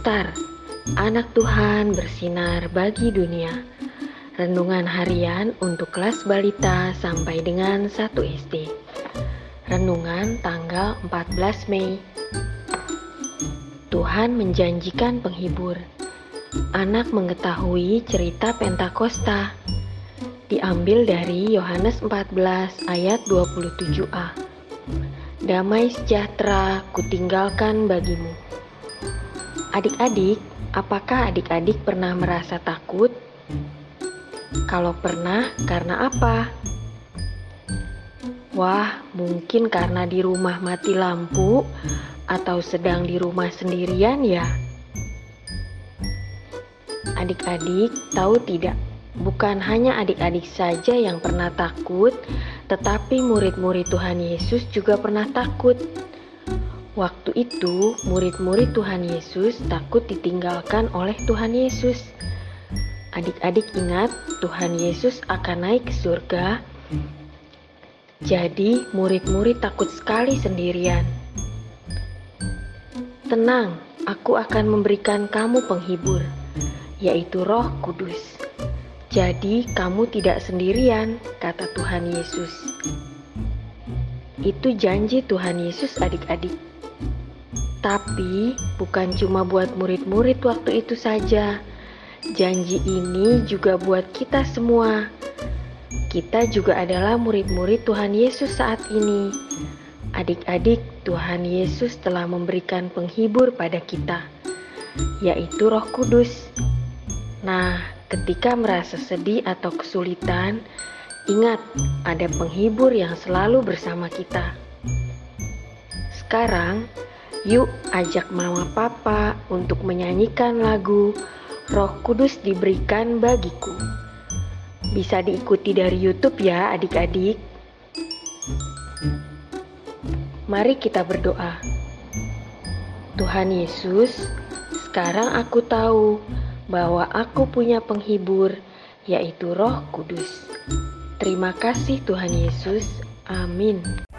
Star, anak Tuhan bersinar bagi dunia. Renungan harian untuk kelas balita sampai dengan 1 SD. Renungan tanggal 14 Mei. Tuhan menjanjikan penghibur. Anak mengetahui cerita Pentakosta. Diambil dari Yohanes 14 ayat 27a. Damai sejahtera kutinggalkan bagimu. Adik-adik, apakah adik-adik pernah merasa takut? Kalau pernah, karena apa? Wah, mungkin karena di rumah mati lampu atau sedang di rumah sendirian ya. Adik-adik tahu tidak? Bukan hanya adik-adik saja yang pernah takut, tetapi murid-murid Tuhan Yesus juga pernah takut. Waktu itu, murid-murid Tuhan Yesus takut ditinggalkan oleh Tuhan Yesus. Adik-adik ingat, Tuhan Yesus akan naik ke surga. Jadi, murid-murid takut sekali sendirian. Tenang, aku akan memberikan kamu penghibur, yaitu Roh Kudus. Jadi, kamu tidak sendirian, kata Tuhan Yesus. Itu janji Tuhan Yesus, adik-adik. Tapi, bukan cuma buat murid-murid waktu itu saja. Janji ini juga buat kita semua. Kita juga adalah murid-murid Tuhan Yesus saat ini. Adik-adik, Tuhan Yesus telah memberikan penghibur pada kita, yaitu Roh Kudus. Nah, ketika merasa sedih atau kesulitan, ingat ada penghibur yang selalu bersama kita. Sekarang, yuk ajak mama papa untuk menyanyikan lagu Roh Kudus diberikan bagiku. Bisa diikuti dari YouTube ya adik-adik. Mari kita berdoa. Tuhan Yesus, sekarang aku tahu bahwa aku punya penghibur, yaitu Roh Kudus. Terima kasih Tuhan Yesus. Amin.